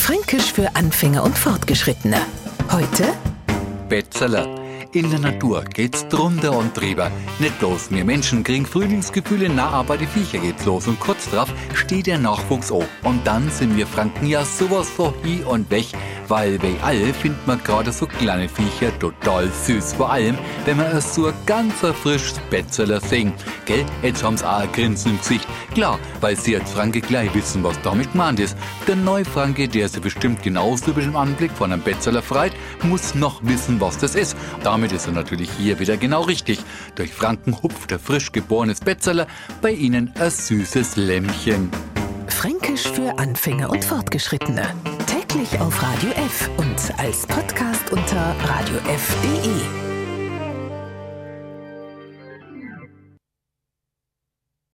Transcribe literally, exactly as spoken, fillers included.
Fränkisch für Anfänger und Fortgeschrittene. Heute Betzeler. In der Natur geht's drunter und drüber. Nicht bloß wir Menschen kriegen Frühlingsgefühle, na, aber die Viecher geht's los. Und kurz drauf steht der Nachwuchs an. Und dann sind wir Franken ja sowas von hi und weg, weil bei alle findet man gerade so kleine Viecher total süß. Vor allem, wenn man es so ein ganz frisches Betzeler singt. Gell, jetzt haben's auch ein Grinsen im Gesicht. Klar, weil sie als Franke gleich wissen, was damit gemeint ist. Der Neufranke, der sich bestimmt genauso über den Anblick von einem Betzeler freut, muss noch wissen, was das ist. Damit ist er natürlich hier wieder genau richtig. Durch Franken hupft der frisch geborenes Betzeler, bei ihnen ein süßes Lämmchen. Fränkisch für Anfänger und Fortgeschrittene. Täglich auf Radio F und als Podcast unter radio f punkt de.